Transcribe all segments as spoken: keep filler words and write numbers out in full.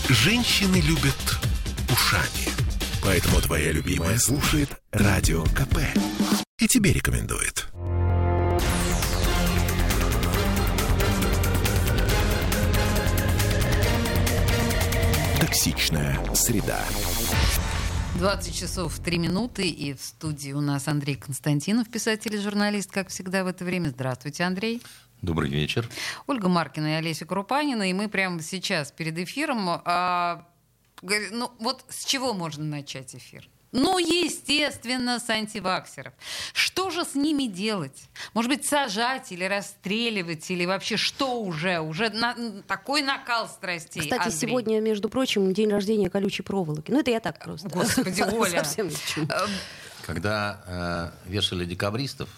Женщины любят ушами. Поэтому твоя любимая слушает Радио КП. И тебе рекомендует. Токсичная среда. двадцать часов три минуты, и в студии у нас Андрей Константинов, писатель и журналист, как всегда в это время. Здравствуйте, Андрей. Добрый вечер. Ольга Маркина и Олеся Крупанина, и мы прямо сейчас перед эфиром... А, ну, вот с чего можно начать эфир? Ну, естественно, с антиваксеров. Что же с ними делать? Может быть, сажать или расстреливать, или вообще что уже? Уже на, такой накал страстей, Кстати, Андрей. сегодня, между прочим, день рождения колючей проволоки. Ну, это я так просто. Господи, Оля. Совсем ни к чему. Когда э, вешали декабристов,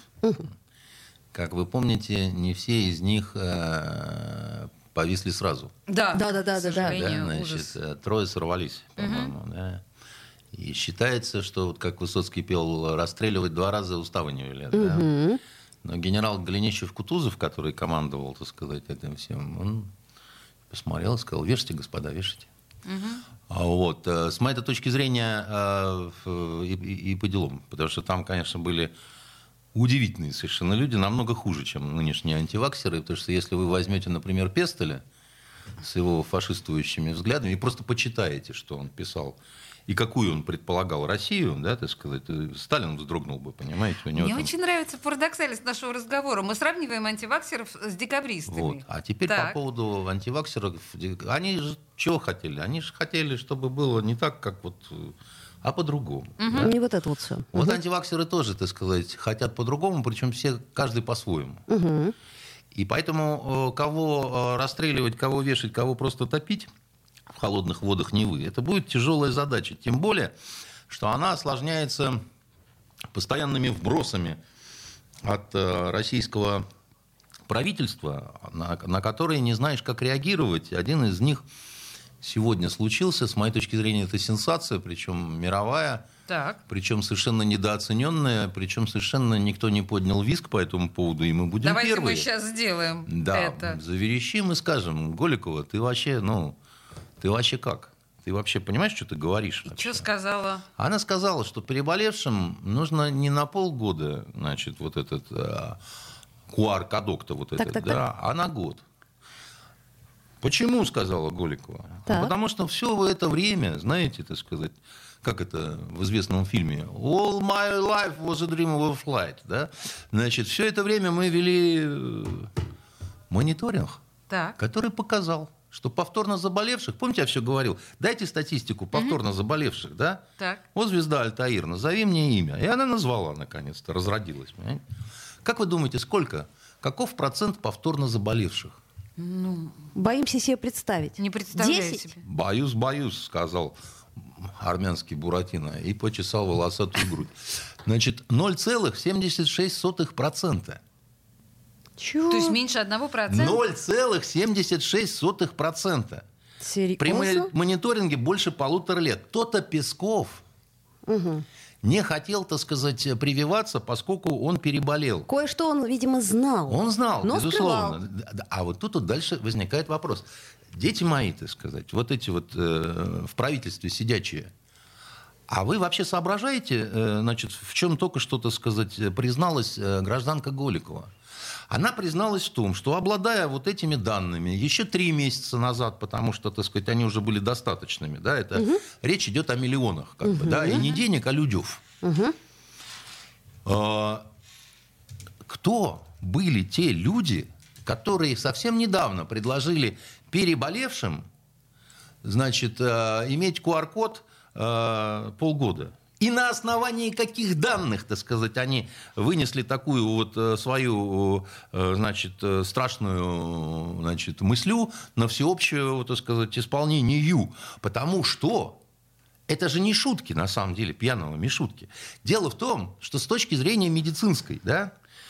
как вы помните, не все из них э, повисли сразу. Да, Да, да, да, к да, да. сожалению, Да, ужас. значит, э, трое сорвались, по-моему. Да. И считается, что, вот как Высоцкий пел, расстреливать два раза уставы не велят. Да. Но генерал Голенищев-Кутузов, который командовал, так сказать, этим всем, он посмотрел и сказал: вешайте, господа, вешайте. А вот, э, с моей точки зрения, э, и, и, и по делам, потому что там, конечно, были удивительные совершенно люди, намного хуже, чем нынешние антиваксеры, потому что если вы возьмете, например, Пестеля с его фашистующими взглядами и просто почитаете, что он писал, и какую он предполагал Россию, да, так сказать, Сталин вздрогнул бы, понимаете? У него Мне там... очень нравится парадоксальность нашего разговора. Мы сравниваем антиваксеров с декабристами. Вот. А теперь так. по поводу антиваксеров. Они же чего хотели? Они же хотели, чтобы было не так, как вот, а по-другому. Угу. Да? Не вот это вот все. Вот угу. антиваксеры тоже, так сказать, хотят по-другому, причем все, каждый по-своему. Угу. И поэтому кого расстреливать, кого вешать, кого просто топить в холодных водах Невы, это будет тяжелая задача. Тем более, что она осложняется постоянными вбросами от российского правительства, на, на которые не знаешь, как реагировать. Один из них сегодня случился. С моей точки зрения, это сенсация, причем мировая, Так. причем совершенно недооцененная, причем совершенно никто не поднял визг по этому поводу, и мы будем Давайте первые. мы сейчас сделаем Да, это. заверещим и скажем: Голикова, ты вообще, ну, ты вообще как? Ты вообще понимаешь, что ты говоришь? И вообще? что сказала? Она сказала, что переболевшим нужно не на полгода, значит, вот этот а, ку ар кодок-то вот Так, этот, так, да, а на год. Почему, сказала Голикова? Так. Ну, потому что все это время, знаете, так сказать, как это в известном фильме, all my life was a dream of a flight, да? Значит, все это время мы вели мониторинг, Так. который показал, что повторно заболевших, помните, я все говорил, дайте статистику повторно заболевших, да? Так. Вот звезда Альтаир, назови мне имя. И она назвала, наконец-то, разродилась. Понимаете? Как вы думаете, сколько, каков процент повторно заболевших? Ну, Боимся себе представить. не представляю Десять? себе. Боюсь, боюсь, сказал армянский Буратино и почесал волосатую грудь. Значит, ноль целых семьдесят шесть сотых процента. Чего? То есть меньше одного процента? ноль целых семьдесят шесть сотых процента. При Серьезно? мониторинге больше полутора лет. Кто-то Песков Угу. не хотел, так сказать, прививаться, поскольку он переболел. Кое-что он, видимо, знал. Он знал, но безусловно. скрывал. Да, а вот тут вот дальше возникает вопрос. Дети мои, так сказать, вот эти вот э, в правительстве сидячие, а вы вообще соображаете, э, значит, в чем только что, так сказать, призналась э, гражданка Голикова? Она призналась в том, что, обладая вот этими данными еще три месяца назад, потому что, так сказать, они уже были достаточными, да, это угу. речь идет о миллионах, как угу. бы, да, и не денег, а людев. Угу. А, кто были те люди, которые совсем недавно предложили переболевшим, значит, э, иметь ку ар код э, полгода? И на основании каких данных, так сказать, они вынесли такую вот свою, значит, страшную, значит, мыслю на всеобщее, так сказать, исполнение? Потому что это же не шутки, на самом деле, пьяного Мишутки. Дело в том, что с точки зрения медицинской, да,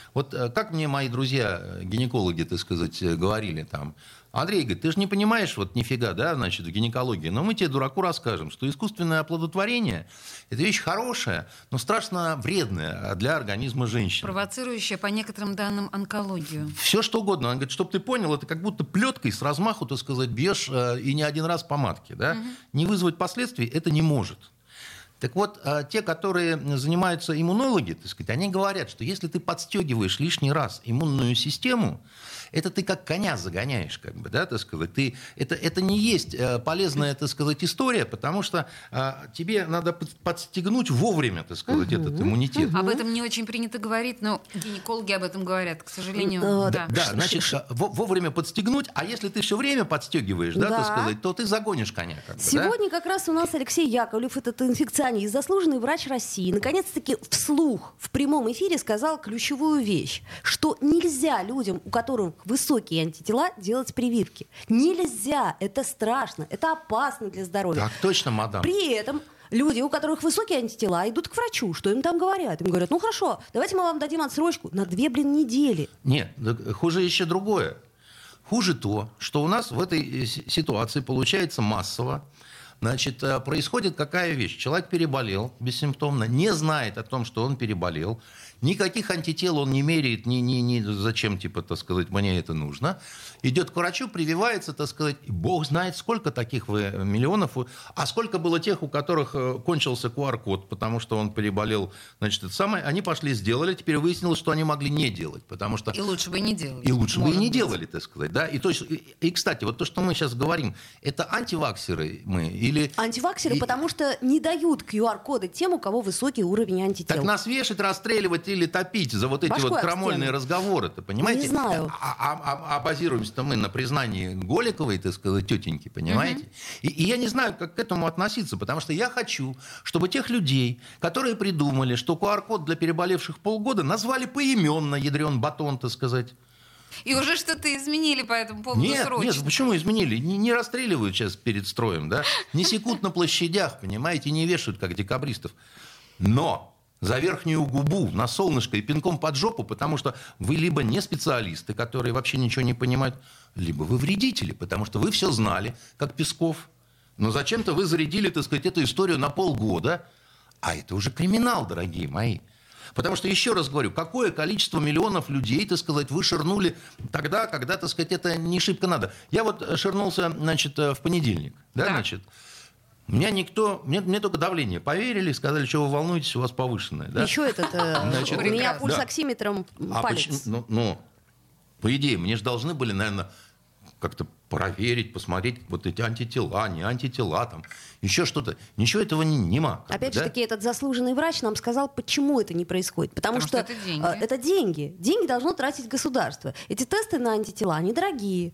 Вот как мне мои друзья, гинекологи, так сказать, говорили там, Андрей, говорит, ты же не понимаешь, вот нифига, да, значит, в гинекологии, но мы тебе, дураку, расскажем, что искусственное оплодотворение – это вещь хорошая, но страшно вредная для организма женщины. Провоцирующая, по некоторым данным, онкологию. Все что угодно. Он говорит, чтобы ты понял, это как будто плеткой с размаху, так сказать, бьешь э, и не один раз по матке. Да? Угу. Не вызвать последствий это не может. Так вот, э, те, которые занимаются иммунологи, так сказать, они говорят, что если ты подстегиваешь лишний раз иммунную систему, это ты как коня загоняешь, как бы, да, так сказать. Ты, это, это не есть полезная, так сказать, история, потому что а, тебе надо подстегнуть вовремя, так сказать, uh-huh. этот иммунитет. Uh-huh. Об этом не очень принято говорить, но гинекологи об этом говорят, к сожалению. Uh-huh. Да, да, значит, вовремя подстегнуть, а если ты все время подстегиваешь, да, да. так сказать, то ты загонишь коня. Как бы, Сегодня да? как раз у нас Алексей Яковлев, этот инфекционист, заслуженный врач России, наконец-таки вслух в прямом эфире сказал ключевую вещь, что нельзя людям, у которых высокие антитела, делать прививки. Нельзя. Это страшно. Это опасно для здоровья. Так точно, мадам. При этом люди, у которых высокие антитела, идут к врачу. Что им там говорят? Им говорят, ну хорошо, давайте мы вам дадим отсрочку на две, блин, недели. Нет, хуже еще другое. Хуже то, что у нас в этой ситуации получается массово. Значит, происходит какая вещь? Человек переболел бессимптомно, не знает о том, что он переболел, никаких антител он не меряет, ни, ни, ни зачем, типа, так сказать, мне это нужно. Идет к врачу, прививается, так сказать, и бог знает, сколько таких вы миллионов, а сколько было тех, у которых кончился ку ар код, потому что он переболел, значит, это самое, они пошли, сделали, теперь выяснилось, что они могли не делать, потому что... И лучше бы и не делали. И лучше бы и не быть. делали, так сказать, да, и, то есть, и, и, кстати, вот то, что мы сейчас говорим, это антиваксеры мы или... Антиваксеры, и... потому что не дают ку ар коды тем, у кого высокий уровень антител. Так нас вешать, расстреливать или топить за вот эти Башкой вот крамольные разговоры-то, понимаете? Не знаю. А, а, а, а базируемся-то мы на признании Голиковой, так сказать, тетеньки, понимаете? Угу. И, и я не знаю, как к этому относиться, потому что я хочу, чтобы тех людей, которые придумали, что ку ар код для переболевших полгода, назвали поименно, ядрен батон, так сказать. И уже что-то изменили по этому поводу нет, срочно. Нет, почему изменили? Не, не расстреливают сейчас перед строем, да? Не секут на площадях, понимаете, не вешают, как декабристов. Но за верхнюю губу, на солнышко и пинком под жопу, потому что вы либо не специалисты, которые вообще ничего не понимают, либо вы вредители, потому что вы все знали, как Песков. Но зачем-то вы зарядили, так сказать, эту историю на полгода, а это уже криминал, дорогие мои. Потому что, еще раз говорю, какое количество миллионов людей, так сказать, вы ширнули тогда, когда, так сказать, это не шибко надо. Я вот ширнулся, значит, в понедельник, да, да. значит, меня никто, мне, мне только давление поверили, сказали, что вы волнуетесь, у вас повышенное. Да? Еще этот, значит, у меня пульсоксиметром да. палец. А почему, ну, ну, по идее, мне же должны были, наверное, как-то проверить, посмотреть вот эти антитела, не антитела, там, еще что-то. Ничего этого не, нема. Опять бы, же да? таки, этот заслуженный врач нам сказал, почему это не происходит. Потому, Потому что, что это деньги. это деньги. Деньги должно тратить государство. Эти тесты на антитела, они дорогие.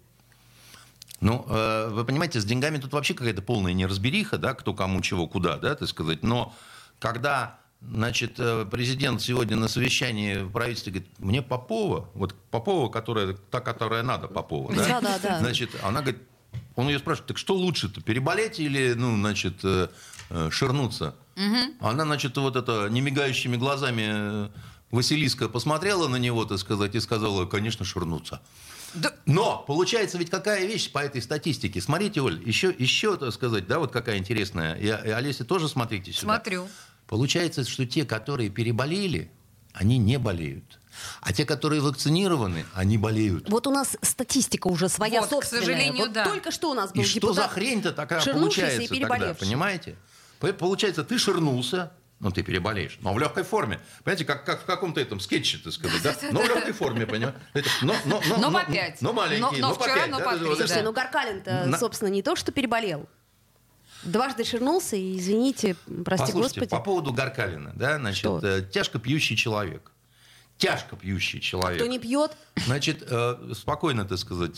Ну, э, вы понимаете, с деньгами тут вообще какая-то полная неразбериха, да, кто кому чего куда, да, так сказать. Но когда, значит, президент сегодня на совещании в правительстве говорит, мне Попова, вот Попова, которая, та, которая надо, Попова, да, да, да, да. значит, она говорит, он ее спрашивает, так что лучше-то, переболеть или, ну, значит, э, э, ширнуться? Угу. Она, значит, вот это немигающими глазами Василиска посмотрела на него, так сказать, и сказала, конечно, ширнуться. Да. Но получается ведь какая вещь по этой статистике. Смотрите, Оль, еще, еще так сказать, да, вот какая интересная. И, и Олеся тоже смотрите сюда. Смотрю. Получается, что те, которые переболели, они не болеют. А те, которые вакцинированы, они болеют. Вот у нас статистика уже своя вот, собственная. К сожалению, вот да. Только что у нас был и депутат, что за хрень-то такая получается тогда, понимаете? Получается, ты ширнулся, ну, ты переболеешь, но в легкой форме. Понимаете, как, как в каком-то этом скетче, так сказать, да? Но в легкой форме, понимаете? Но, но, но, но но, по пять. Но маленький, но, но, но вчера, по пять. Но да, по да, три, Слушайте, да. ну Гаркалин-то, На... собственно, не то, что переболел. Дважды ширнулся, и, извините, прости Послушайте, господи. по поводу Гаркалина, да, значит, что? тяжко пьющий человек. Тяжко пьющий человек. Кто не пьет? Значит, э, спокойно, так сказать,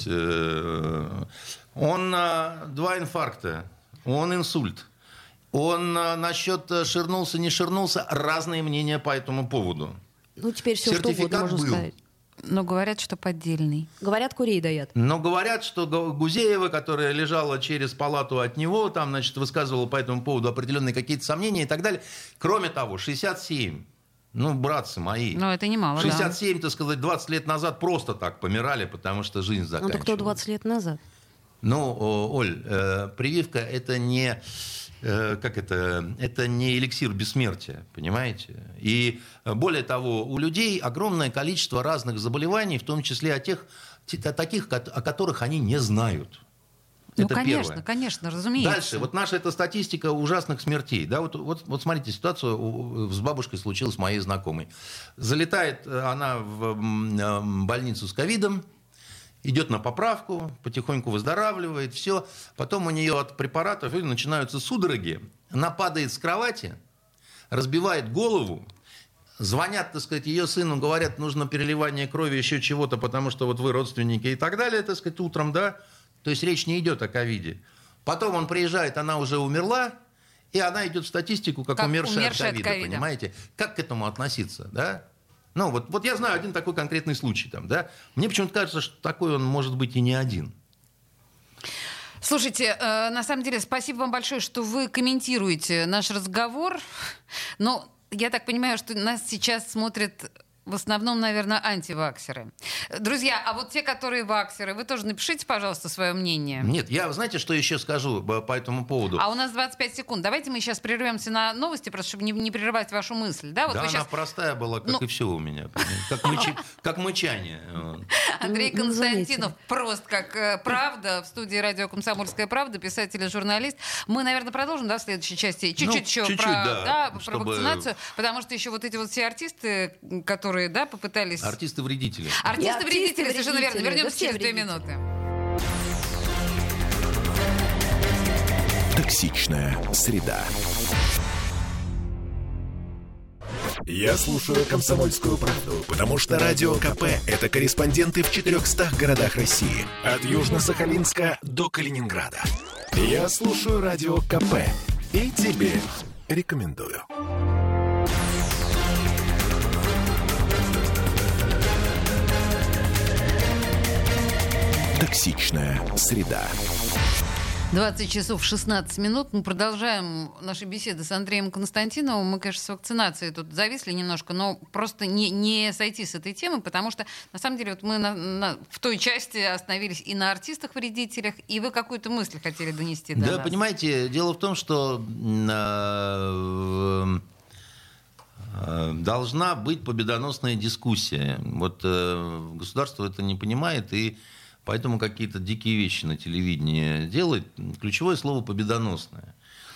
э, он э, два инфаркта, он инсульт. Он э, насчет ширнулся, не ширнулся, разные мнения по этому поводу. Ну, теперь все что угодно можно был. сказать. Но говорят, что поддельный. Говорят, курей дают. Но говорят, что Гузеева, которая лежала через палату от него, там, значит, высказывала по этому поводу определенные какие-то сомнения и так далее. Кроме того, шестьдесят семь. Ну, братцы мои. Ну, это немало, шестьдесят да. семь, так сказать, двадцать лет назад просто так помирали, потому что жизнь Ну, заканчивалась. так кто двадцать лет назад? Ну, Оль, э, прививка это не, э, как это, это не эликсир бессмертия, понимаете? И более того, у людей огромное количество разных заболеваний, в том числе о тех, о таких, о которых они не знают. Ну, Это конечно, первое. конечно, разумеется. Дальше. Вот наша эта статистика ужасных смертей. Да, вот, вот, вот смотрите, ситуация с бабушкой случилась моей знакомой. Залетает она в больницу с ковидом, идет на поправку, потихоньку выздоравливает, все. Потом у нее от препаратов начинаются судороги. Она падает с кровати, разбивает голову. Звонят, так сказать, ее сыну, говорят, нужно переливание крови, еще чего-то, потому что вот вы родственники и так далее, так сказать, утром, да. То есть речь не идет о ковиде. Потом он приезжает, она уже умерла, и она идет в статистику как, Как умершая, умершая от от ковида, ковида. понимаете? Как к этому относиться, да? Ну, вот, вот я знаю один такой конкретный случай там, да? Мне почему-то кажется, что такой он может быть и не один. Слушайте, э, на самом деле, спасибо вам большое, что вы комментируете наш разговор. Но я так понимаю, что нас сейчас смотрят в основном, наверное, антиваксеры. Друзья, а вот те, которые ваксеры, вы тоже напишите, пожалуйста, свое мнение. Нет, я, знаете, что еще скажу по этому поводу? А у нас двадцать пять секунд. Давайте мы сейчас прервемся на новости, просто чтобы не, не прерывать вашу мысль. Да, вот да, вы она сейчас... простая была, как Ну... и все у меня. Как, мычи... как мычание. Андрей Ну, Константинов, просто как э, правда, в студии радио «Комсомольская правда», писатель и журналист. Мы, наверное, продолжим, да, в следующей части чуть-чуть Ну, еще чуть-чуть, про, да, да, про чтобы- вакцинацию, потому что еще вот эти вот все артисты, которые, да, попытались... Артисты-вредители. Артисты-вредители, И совершенно верно. артисты-вредители, да Вернемся все через две вредители. минуты. Токсичная среда. Я слушаю «Комсомольскую правду», потому что Радио КП – это корреспонденты в четырехстах городах России. От Южно-Сахалинска до Калининграда. Я слушаю Радио КП и тебе рекомендую. Токсичная среда. двадцать часов шестнадцать минут. Мы продолжаем наши беседы с Андреем Константиновым. Мы, конечно, с вакцинацией тут зависли немножко, но просто не, не сойти с этой темы, потому что, на самом деле, вот мы на, на, в той части остановились и на артистах-вредителях, и вы какую-то мысль хотели донести до Да, нас. понимаете, дело в том, что э, э, должна быть победоносная дискуссия. Вот э, государство это не понимает, и поэтому какие-то дикие вещи на телевидении делает. Ключевое слово «победоносное».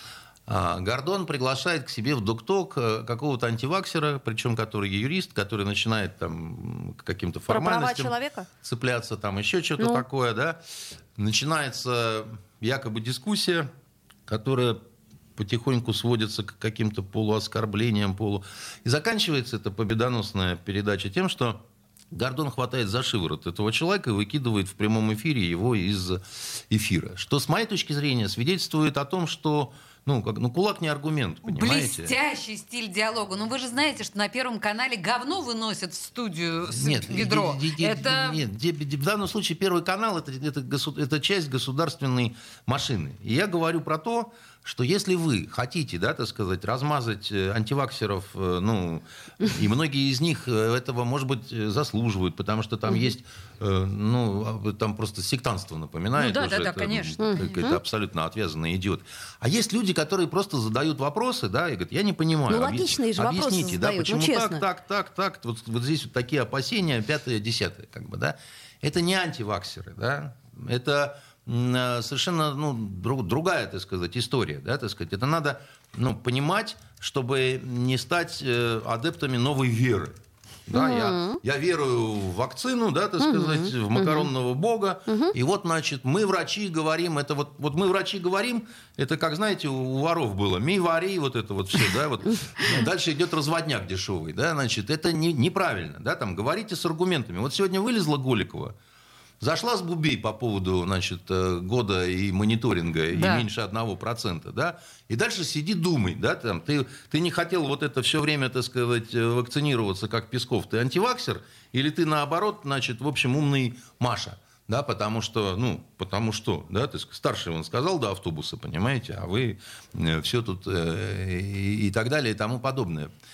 А Гордон приглашает к себе в Док-Ток какого-то антиваксера, причем который юрист, который начинает там к каким-то Про права формальностям человека? цепляться, там еще что-то Ну. такое, да. Начинается якобы дискуссия, которая потихоньку сводится к каким-то полуоскорблениям, полу... И заканчивается эта победоносная передача тем, что Гордон хватает за шиворот этого человека и выкидывает в прямом эфире его из эфира. Что, с моей точки зрения, свидетельствует о том, что ну, как, ну кулак не аргумент, понимаете? Блестящий стиль диалога. Ну вы же знаете, что на Первом канале говно выносят в студию с Нет, ведро. ди- ди- ди- Это... нет, ди- ди- в данном случае Первый канал это, это, госу- это часть государственной машины. И я говорю про то, что если вы хотите, да, так сказать, размазать э, антиваксеров, э, ну, и многие из них э, этого, может быть, э, заслуживают, потому что там есть, э, ну, а, там просто сектантство напоминает. Ну да, уже, да, да, это, конечно. как- Это абсолютно отвязанный идиот. А есть люди, которые просто задают вопросы, да, и говорят, я не понимаю. Ну, объяс- логичные же вопросы объясните, да, задают, ну, почему честно. так, так, так, так, вот, вот здесь вот такие опасения, пятое, десятое, как бы, да. Это не антиваксеры, да, это м, совершенно, ну, друг- другая, так сказать, история, да, так сказать. Это надо, ну, понимать, чтобы не стать э, адептами новой веры. Да, я, я верую в вакцину, да, так сказать, в макаронного бога. И вот, значит, мы, врачи, говорим, это вот, вот мы, врачи, говорим, это, как, знаете, у воров было, ми, вари, вот это вот все, да, вот. Дальше идет разводняк дешевый, да, значит, это не, неправильно, да, там, говорите с аргументами. Вот сегодня вылезла Голикова, зашла с Бубей по поводу, значит, года и мониторинга, Да. и меньше одного процента, да, и дальше сиди, думай, да, там, ты, ты не хотел вот это все время, так сказать, вакцинироваться, как Песков, ты антиваксер, или ты, наоборот, значит, в общем, умный Маша, да, потому что, ну, потому что, да, ты старший он сказал до автобуса, понимаете, а вы все тут э, и, и так далее, и тому подобное.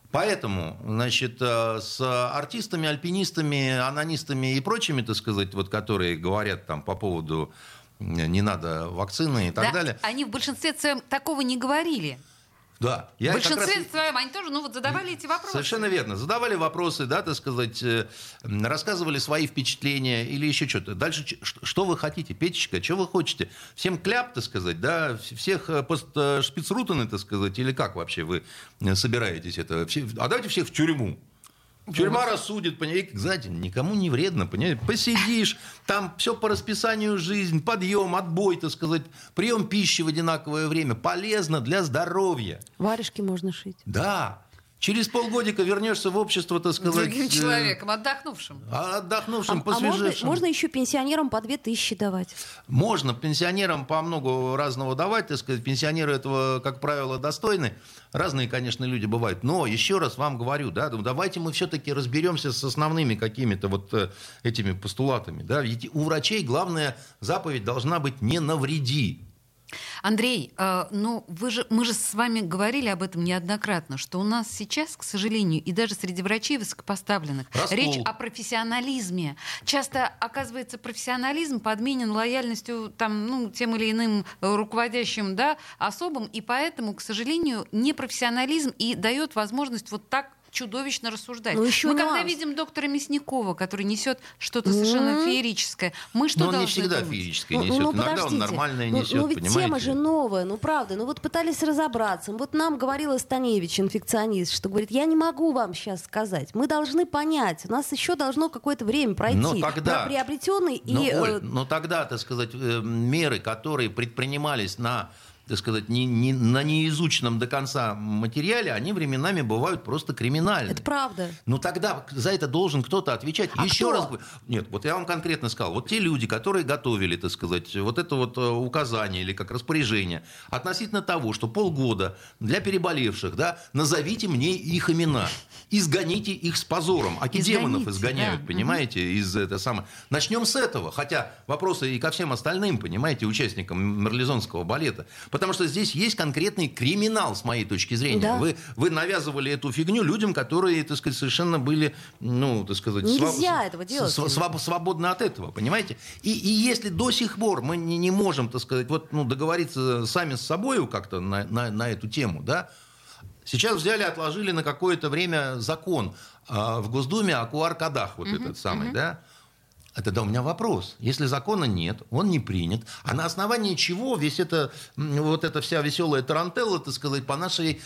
Поэтому, значит, с артистами, альпинистами, анонистами и прочими, так сказать, вот, которые говорят там по поводу не надо вакцины и так да, далее. Они в большинстве своем такого не говорили. Да. Я В большинстве раз... своем они тоже, ну вот задавали эти вопросы. Совершенно верно. Задавали вопросы, да, так сказать, рассказывали свои впечатления или еще что-то. Дальше, что вы хотите, Петечка, что вы хотите? Всем кляп, так сказать, да, всех постшпицрутены, так сказать, или как вообще вы собираетесь это? А давайте всех в тюрьму. Тюрьма рассудит, понимаете, знаете, никому не вредно, понимаете, посидишь, там все по расписанию жизнь, подъем, отбой, так сказать, прием пищи в одинаковое время, полезно для здоровья. Варежки можно шить. Да. Через полгодика вернешься в общество, так сказать... Другим человеком, отдохнувшим. Отдохнувшим, а, посвежевшим. А можно, можно еще пенсионерам по две тысячи давать? Можно пенсионерам по много разного давать, так сказать. Пенсионеры этого, как правило, достойны. Разные, конечно, люди бывают. Но, еще раз вам говорю, да, давайте мы все-таки разберемся с основными какими-то вот этими постулатами. Да. Ведь у врачей главная заповедь должна быть «не навреди». Андрей, э, ну вы же, мы же с вами говорили об этом неоднократно, что у нас сейчас, к сожалению, и даже среди врачей высокопоставленных, Раскол. Речь о профессионализме. Часто, оказывается, профессионализм подменен лояльностью там, ну, тем или иным руководящим, да, особам, и поэтому, к сожалению, непрофессионализм и дает возможность вот так чудовищно рассуждать. Ну, еще мы нюанс. когда видим доктора Мясникова, который несет что-то совершенно феерическое, мы что Но он должны не всегда думать? феерическое Ну, несет. ну, Иногда подождите. он нормальное Ну, несет, ну, ведь понимаете? тема же новая, ну правда. Ну вот пытались разобраться. Вот нам говорил Станевич, инфекционист, что говорит, я не могу вам сейчас сказать. Мы должны понять. У нас еще должно какое-то время пройти. Но тогда, Про приобретенный но, и... Оль, э, но тогда, так сказать, э, меры, которые предпринимались на, так сказать, не, не, на неизученном до конца материале, они временами бывают просто криминальны. Это правда. Ну тогда за это должен кто-то отвечать. А Еще кто? раз говорю. Нет, вот я вам конкретно сказал. Вот те люди, которые готовили, так сказать, вот это вот э, указание или как распоряжение относительно того, что полгода для переболевших, да, назовите мне их имена. Изгоните их с позором. Аки Изгоните, демонов изгоняют, да. понимаете, из это самое. Начнем с этого. Хотя вопросы и ко всем остальным, понимаете, участникам марлезонского балета. Потому что здесь есть конкретный криминал, с моей точки зрения. Да. Вы, вы навязывали эту фигню людям, которые, так сказать, совершенно были, ну, так сказать... Нельзя своб- этого делать. св- своб- свободны от этого, понимаете? И, и если до сих пор мы не, не можем, так сказать, вот, ну, договориться сами с собой как-то на, на, на эту тему, да, сейчас взяли, отложили на какое-то время закон э, в Госдуме о ку ар кодах, вот Uh-huh, этот самый, uh-huh. да. А тогда у меня вопрос. Если закона нет, он не принят, а на основании чего весь это, вот эта вся веселая тарантелла, так сказать, по нашей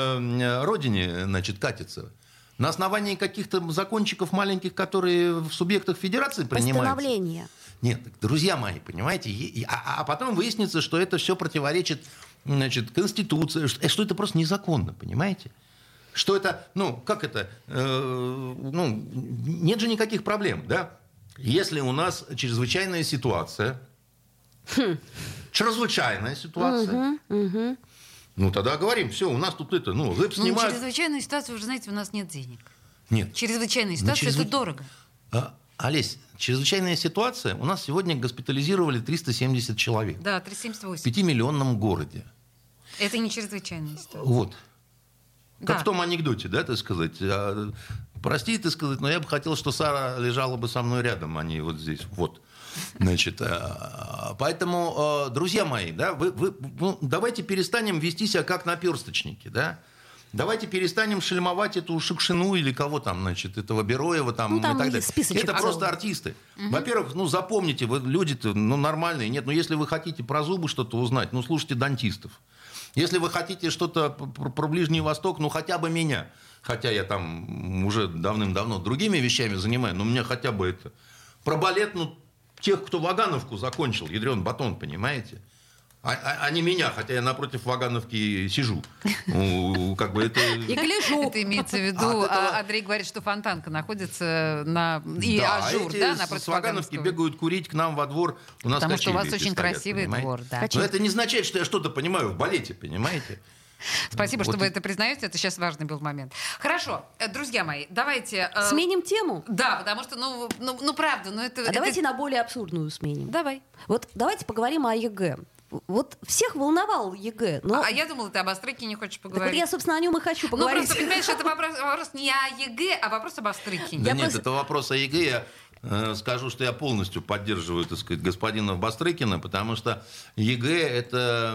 э, родине, значит, катится? На основании каких-то закончиков маленьких, которые в субъектах федерации принимаются? Постановление. Нет, друзья мои, понимаете, и- и- а, а потом выяснится, что это все противоречит, значит, Конституции, что, что это просто незаконно, понимаете? Что это, ну, как это, э, ну, нет же никаких проблем, да? Если у нас чрезвычайная ситуация, Хм. чрезвычайная ситуация, Угу, угу. ну, тогда говорим, все, у нас тут это, ну, лэп Ну, снимают. чрезвычайная ситуация, вы же знаете, у нас нет денег. Нет. Чрезвычайная На ситуация, чрезвы- это дорого. А, Олесь, чрезвычайная ситуация, у нас сегодня госпитализировали триста семьдесят человек Да, триста семьдесят в восемь. пятимиллионном городе. Это не чрезвычайная ситуация. Вот. Как Да. в том анекдоте, да, так сказать. А, прости, так сказать, но я бы хотел, что Сара лежала бы со мной рядом, а не вот здесь. Вот. Значит, а, поэтому, а, друзья мои, да, вы, вы, ну, давайте перестанем вести себя как наперсточники, да. Давайте перестанем шельмовать эту Шукшину или кого там, значит, этого Бероева там, Ну, там и так и далее. списочек Это целый. просто артисты. Во-первых, ну, запомните, вы люди-то, ну, нормальные. Нет, ну, если вы хотите про зубы что-то узнать, ну, слушайте дантистов. Если вы хотите что-то про про Ближний Восток, ну, хотя бы меня. Хотя я там уже давным-давно другими вещами занимаюсь, но у меня хотя бы это... Про балет, ну, тех, кто Вагановку закончил, ядрен батон, понимаете? А, а- а не меня, хотя я напротив Вагановки сижу. Ну, как бы это... И гляжу. Это имеется в виду, От этого- а, Андрей говорит, что Фонтанка находится на... И Да, Ажур, эти да, с- напротив с Вагановки Вагановского. бегают курить к нам во двор. У нас Потому что у вас качели эти очень стоят, красивый понимаете? двор, да. Но это не означает, что я что-то понимаю в балете, понимаете? Спасибо, Вот что вы и- это признаете. Это сейчас важный был момент. Хорошо, э, друзья мои, давайте... э, Сменим тему? Да, потому что, ну, ну, ну, правда, ну это... А это- давайте на более абсурдную сменим. Давай. Вот давайте поговорим о ЕГЭ. Вот всех волновал ЕГЭ. Но... А я думала, ты об Бастрыкине хочешь Так вот поговорить. я, собственно, о нем и хочу поговорить. Ну, просто, понимаешь, это вопрос, вопрос не о ЕГЭ, а вопрос об Бастрыкине. Да Я нет, просто- это вопрос о ЕГЭ. Я э, скажу, что я полностью поддерживаю, так сказать, господина Бастрыкина, потому что ЕГЭ это,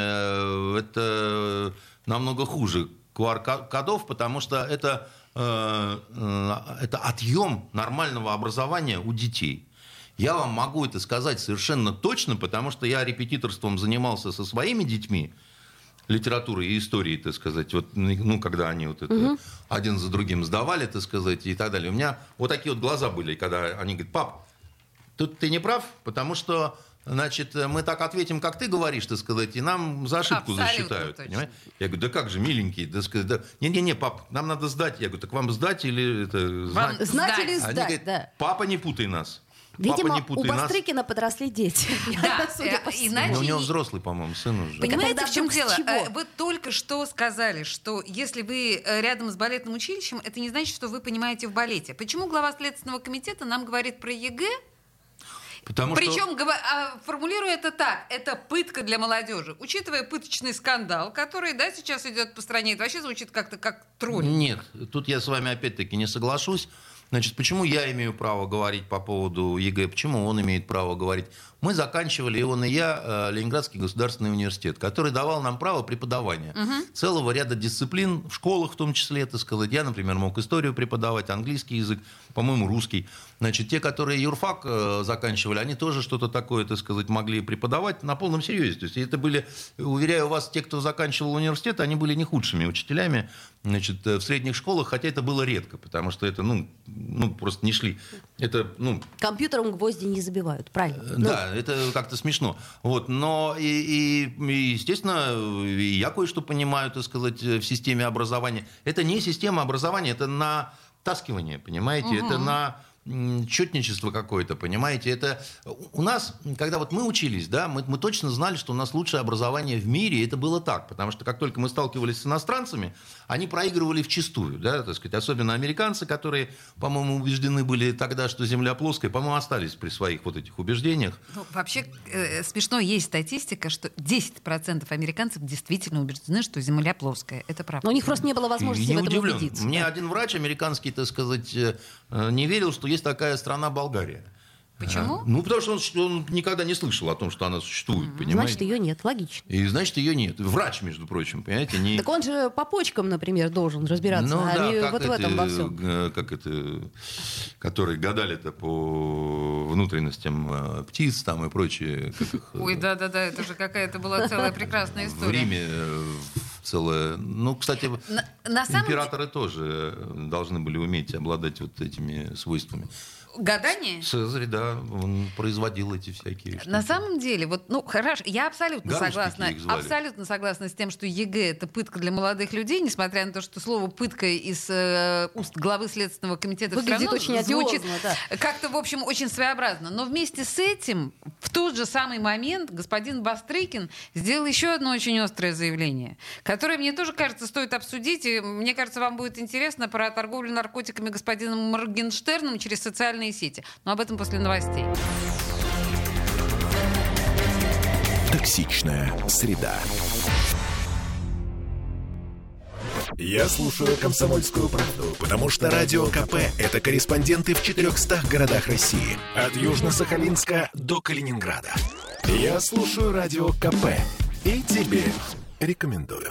э, это намного хуже ку ар-кодов, потому что это, э, э, это отъем нормального образования у детей. Я вам могу это сказать совершенно точно, потому что я репетиторством занимался со своими детьми, литературой и историей, так сказать, вот, ну, когда они вот это угу. один за другим сдавали, так сказать, и так далее. У меня вот такие вот глаза были, когда они говорят: пап, тут ты не прав, потому что, значит, мы так ответим, как ты говоришь, так сказать, и нам за ошибку Абсолютно засчитают. точно. Понимаете? Я говорю: да как же, миленький, да, сказать, да. Не-не-не, пап, нам надо сдать. Я говорю: так вам сдать или это, Вам знать? Знать или Они сдать, говорят: да. папа, не путай нас. Видимо, Папа, не у путай нас. Бастрыкина подросли дети. Да, Судя по э, всему. иначе- Но у него взрослый, по-моему, сын уже. Так Понимаете, тогда в чем вдруг с дело? чего? Э, Вы только что сказали, что если вы э, рядом с балетным училищем, это не значит, что вы понимаете в балете. Почему глава Следственного комитета нам говорит про ЕГЭ? Потому Причем, что... гова- а, формулируя это так, это пытка для молодежи. Учитывая пыточный скандал, который, да, сейчас идет по стране, это вообще звучит как-то как тролль. Нет, тут я с вами опять-таки не соглашусь. Значит, почему я имею право говорить по поводу ЕГЭ, почему он имеет право говорить? Мы заканчивали, и он и я, Ленинградский государственный университет, который давал нам право преподавания угу. целого ряда дисциплин, в школах в том числе, так сказать. Я, например, мог историю преподавать, английский язык, по-моему, русский. Значит, те, которые юрфак заканчивали, они тоже что-то такое, так сказать, могли преподавать на полном серьезе. То есть это были, уверяю вас, те, кто заканчивал университет, они были не худшими учителями, значит, в средних школах, хотя это было редко, потому что это, ну, ну просто не шли. Это, ну... Компьютером гвозди не забивают, правильно? Да, ну... это как-то смешно. Вот. Но, и, и, и, естественно, и я кое-что понимаю, так сказать, в системе образования. Это не система образования, это натаскивание, понимаете? Угу. Это на четничество какое-то, понимаете? Это у нас, когда вот мы учились, да, мы, мы точно знали, что у нас лучшее образование в мире, и это было так, потому что как только мы сталкивались с иностранцами, они проигрывали вчистую, да, так сказать, особенно американцы, которые, по-моему, убеждены были тогда, что Земля плоская, по-моему, остались при своих вот этих убеждениях. Ну, вообще, э, смешно, есть статистика, что десять процентов американцев действительно убеждены, что Земля плоская. Это правда. Но у них просто не было возможности не в этом удивлен. убедиться. Мне да. один врач американский, так сказать, не верил, что есть такая страна Болгария. Почему? А, ну, потому что он, он никогда не слышал о том, что она существует, mm-hmm. понимаете? Значит, ее нет, логично. И значит, ее нет. Врач, между прочим, понимаете? Не... Так он же по почкам, например, должен разбираться, ну, а да, не как вот это, в этом во всем. Как это, которые гадали-то по внутренностям птиц там и прочее. Как их, Ой, да-да-да, это же какая-то была целая прекрасная история. В Риме целое... Ну, кстати, на, на самом императоры де... тоже должны были уметь обладать вот этими свойствами. Гадание? Цезарь, да, он производил эти всякие штуки. На самом деле, вот, ну, хорошо, я абсолютно Гарушки согласна, абсолютно согласна с тем, что ЕГЭ — это пытка для молодых людей, несмотря на то, что слово «пытка» из э, уст главы Следственного комитета выглядит очень звучит да. как-то, в общем, очень своеобразно. Но вместе с этим, в тот же самый момент, господин Бастрыкин сделал еще одно очень острое заявление, которое, мне тоже кажется, стоит обсудить, и мне кажется, вам будет интересно, про торговлю наркотиками господином Моргенштерном через социальные сети. Но об этом после новостей. Токсичная среда. Я слушаю «Комсомольскую правду», потому что Радио КП – это корреспонденты в четырехстах городах России. От Южно-Сахалинска до Калининграда. Я слушаю Радио КП и тебе рекомендую.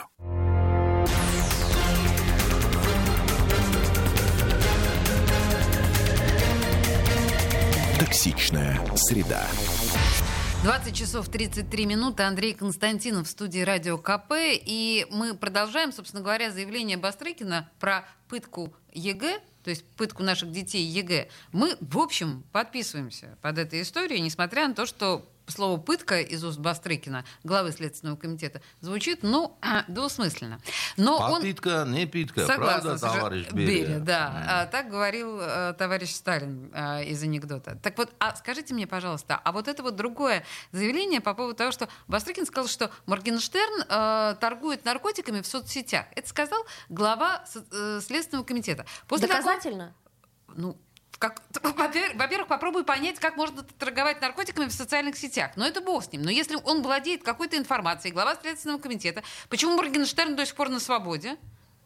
Токсичная среда. двадцать часов тридцать три минуты. Андрей Константинов в студии Радио КП. И мы продолжаем, собственно говоря, заявление Бастрыкина про пытку ЕГЭ, то есть пытку наших детей ЕГЭ. Мы, в общем, подписываемся под этой историей, несмотря на то, что слово «пытка» из уст Бастрыкина, главы Следственного комитета, звучит, ну, двусмысленно. Но Попытка, он... не питка. Согласна, правда, товарищ Берия? Берия, да. Mm. А, так говорил а, товарищ Сталин а, из анекдота. Так вот, а скажите мне, пожалуйста, а вот это вот другое заявление по поводу того, что Бастрыкин сказал, что Моргенштерн а, торгует наркотиками в соцсетях. Это сказал глава со- Следственного комитета. После Доказательно? Какого... Ну, Как, во-первых, попробуй понять, как можно торговать наркотиками в социальных сетях. Но это бог с ним. Но если он владеет какой-то информацией, глава Следственного комитета, почему Моргенштерн до сих пор на свободе?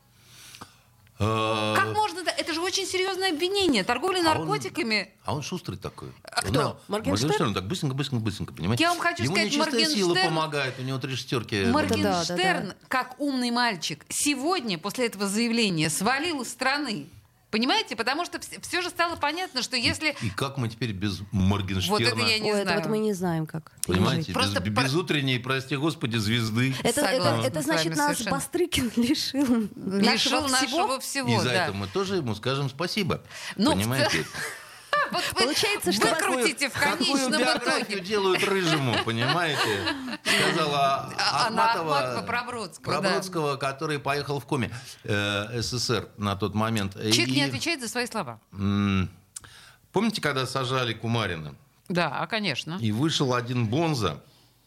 Как можно? Это же очень серьезное обвинение. Торговля наркотиками. А он, а он шустрый такой. А кто? Моргенштерн? Моргенштерн так быстренько, быстренько, быстренько, понимаете? Я вам хочу Ему сказать, нечистая сила Моргенштерн... помогает, у него три шестерки. Моргенштерн, да, да, да. как умный мальчик, сегодня после этого заявления свалил из страны. Понимаете? Потому что все же стало понятно, что если... И, и как мы теперь без Моргенштерна? Вот это я не Ой, знаю. это вот мы не знаем, как. Понимаете, Просто без, про- без утренней, прости господи, звезды. Это, это, Согласна это с значит, вами нас совершенно. Бастрыкин лишил, Лишил нашего всего. нашего всего. И за да. это мы тоже ему скажем спасибо. Ну, Понимаете? Вот вы Получается, что- выкрутите в Какую конечном биографию итоге. делают рыжему, понимаете? Сказала А- Анна Ахматова, Ахматова про Бродского, про да. Бродского, который поехал в коме э, СССР на тот момент. Человек И, не отвечает за свои слова. м, помните, когда сажали Кумарина? Да, конечно. И вышел один бонза,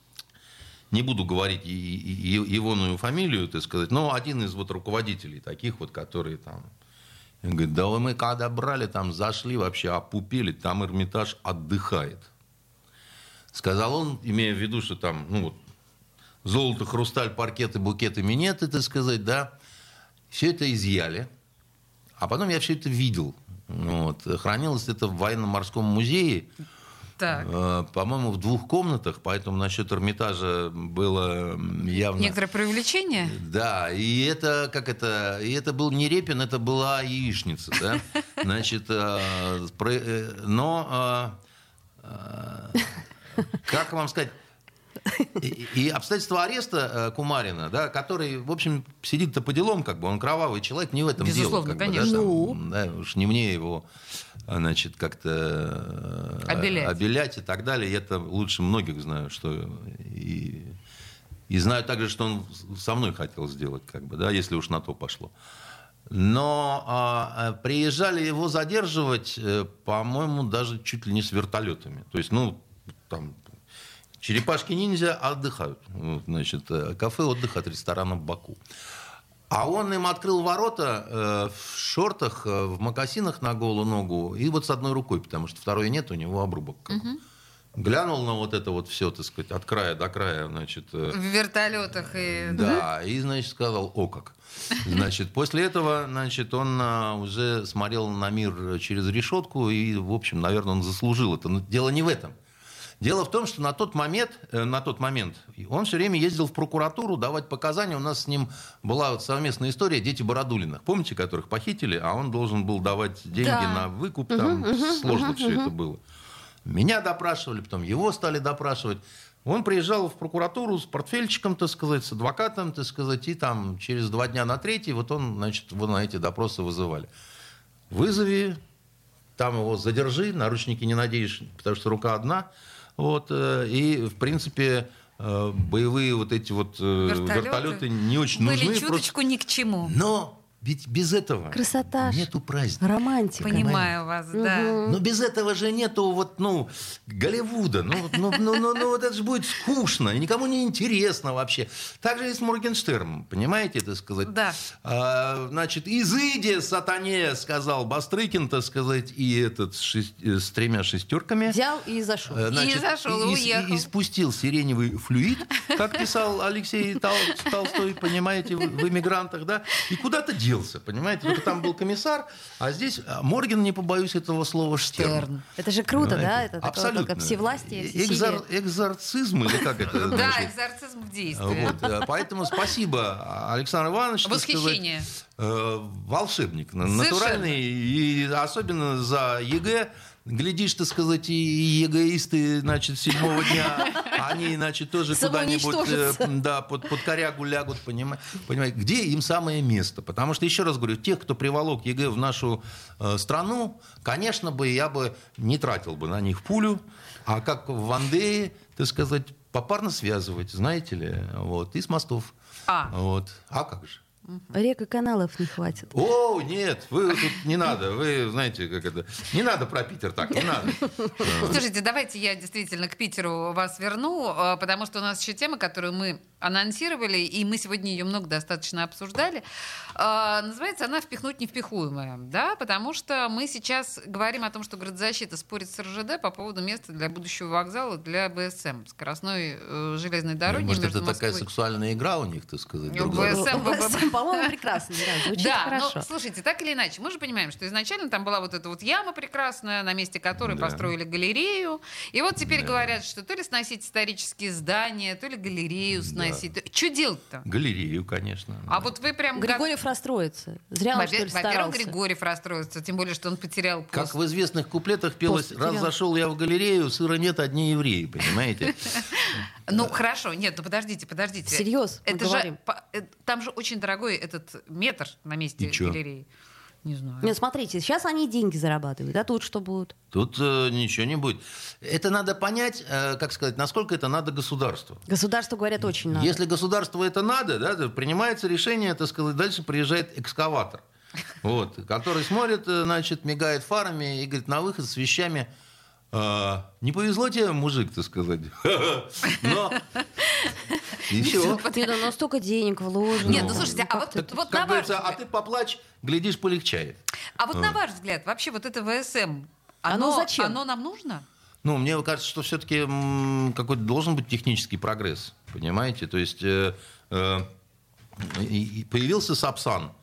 не буду говорить и- и- и- егоную фамилию, так сказать, но один из вот руководителей таких вот, которые там... Он говорит, да мы когда брали, там зашли вообще, опупели, там Эрмитаж отдыхает. Сказал он, имея в виду, что там, ну вот, золото, хрусталь, паркеты, букеты, минеты, так сказать, да. Все это изъяли. А потом я все это видел. Вот. Хранилось это в военно-морском музее. Так. Э, По-моему, в двух комнатах, поэтому насчет Эрмитажа было явно... Некоторое преувеличение? Да, и это, как это, и это был не Репин, это была яичница, да. Значит, э, про- э, но, э, э, как вам сказать, и, и обстоятельства ареста э, Кумарина, да, который, в общем, сидит-то по делам, как бы, он кровавый человек, не в этом Безусловно, дело. Как бы, конечно. да, Ну. там, да, уж не мне его, значит, как-то э, Обелять. обелять и так далее. Я это лучше многих знаю, что и, и знаю также, что он со мной хотел сделать, как бы, да, если уж на то пошло. Но а, приезжали его задерживать, э, по-моему, даже чуть ли не с вертолетами. То есть, ну, там, черепашки-ниндзя отдыхают. Вот, значит, э, кафе «Отдых» от ресторана «Баку». А он им открыл ворота э, в шортах, э, в мокасинах на голую ногу и вот с одной рукой, потому что второй нет, у него обрубок. Угу. Глянул на вот это вот все, так сказать, от края до края, значит... Э, В вертолетах и... да, и, значит, сказал, о как. Значит, после этого, значит, он а, уже смотрел на мир через решетку, и, в общем, наверное, он заслужил это. Но дело не в этом. Дело в том, что на тот момент, э, на тот момент он все время ездил в прокуратуру давать показания. У нас с ним была вот совместная история «Дети Бородулиных». Помните, которых похитили, а он должен был давать деньги Да. на выкуп. Там сложно все это было. Меня допрашивали, потом его стали допрашивать. Он приезжал в прокуратуру с портфельчиком, так сказать, с адвокатом, так сказать, и там через два дня на третий вот он, значит, вот на эти допросы вызывали. Вызови, там его задержи, наручники не наденешь, потому что рука одна. Вот, э, и, в принципе, э, боевые вот эти вот э, Вертолеты вертолеты не очень Были нужны. чуточку просто- ни к чему. Но ведь без этого Красота ж. нету праздника. Романтика. Понимаю вас, да. Но без этого же нету вот, ну, Голливуда. Ну, ну, ну, ну, ну, вот это же будет скучно, и никому не интересно вообще. Так же и с Моргенштерном, понимаете, так сказать? Да. А, значит, изыди, сатане, сказал Бастрыкин, так сказать, и этот с, шесть- с тремя шестерками. Взял и зашел. Э, И зашел, и и, уехал. и спустил сиреневый флюид, как писал Алексей Тол- Толстой, понимаете, в, в «Эмигрантах», да, и куда-то делся, понимаете. Только там был комиссар, а здесь а, Морген, не побоюсь этого слова, Штерн. Штерн. Это же круто, да? Понимаете? Это такое, Абсолютно. как всевластие, Экзор- всесилие. экзорцизм, или как это? Да, значит? экзорцизм в действии. Вот, э, поэтому спасибо, Александр Иванович. так сказать, Восхищение. э, волшебник, на- Совершенно. натуральный, и особенно за ЕГЭ. Глядишь, так сказать, и ЕГЭисты, значит, седьмого дня, они, значит, тоже куда-нибудь э, Самоуничтожатся. да, под, под корягу лягут, понимаете, понимаете, где им самое место. Потому что, еще раз говорю, тех, кто приволок ЕГЭ в нашу э, страну, конечно бы, я бы не тратил бы на них пулю, а как в Вандее, так сказать, попарно связывать, знаете ли, вот, и с мостов. А. Вот. А как же? Рек и каналов не хватит. О, нет, вы тут не надо, вы знаете, как это, не надо про Питер так, не надо. Слушайте, давайте я действительно к Питеру вас верну, э, потому что у нас еще тема, которую мы анонсировали, и мы сегодня ее много достаточно обсуждали. А, называется она «Впихнуть невпихуемое», да, потому что мы сейчас говорим о том, что градозащита спорит с эр жэ дэ по поводу места для будущего вокзала для бэ эс эм, скоростной э, железной дороги. Может, между это Москвой... такая сексуальная игра у них, так сказать? друг бэ эс друга? эм, бэ бэ бэ. По-моему, прекрасно. Да, звучит Да, хорошо. но слушайте, так или иначе, мы же понимаем, что изначально там была вот эта вот яма прекрасная, на месте которой Да. построили галерею. И вот теперь Да. говорят, что то ли сносить исторические здания, то ли галерею сносить. Что делать-то? Галерею, конечно. А да. вот вы прям... Григорьев расстроится. Зря он, что ли, Во- Во-первых, старался. Григорьев расстроится, тем более, что он потерял пост. Как в известных куплетах пелось: Пост «Раз потерял. зашел я в галерею, сыра нет, одни евреи», понимаете? Ну, хорошо, нет, ну подождите, подождите. Всерьез мы Это говорим. же, по- э, там же очень дорогой этот метр на месте И чё? галереи. Не знаю. Нет, смотрите, сейчас они деньги зарабатывают, а тут что будет? Тут э, ничего не будет. Это надо понять, э, как сказать, насколько это надо государству. Государству, говорят, очень надо. Если государству это надо, да, то принимается решение, так сказать, дальше приезжает экскаватор, вот, который смотрит, э, значит, мигает фарами и говорит: на выход с вещами. «А, не повезло тебе, мужик, так сказать. Но и все. Ты, да, ну столько денег вложено. Нет, ну слушайте, а вот, как-то это- вот Как на ваш говорится, а взгляд, ты поплачь, глядишь, полегчает. а вот на ваш взгляд, вообще вот это вэ эс эм, оно, Оно зачем? оно нам нужно? Ну, мне кажется, что все-таки какой-то должен быть технический прогресс, понимаете? То есть э, э, и- и появился Сапсан,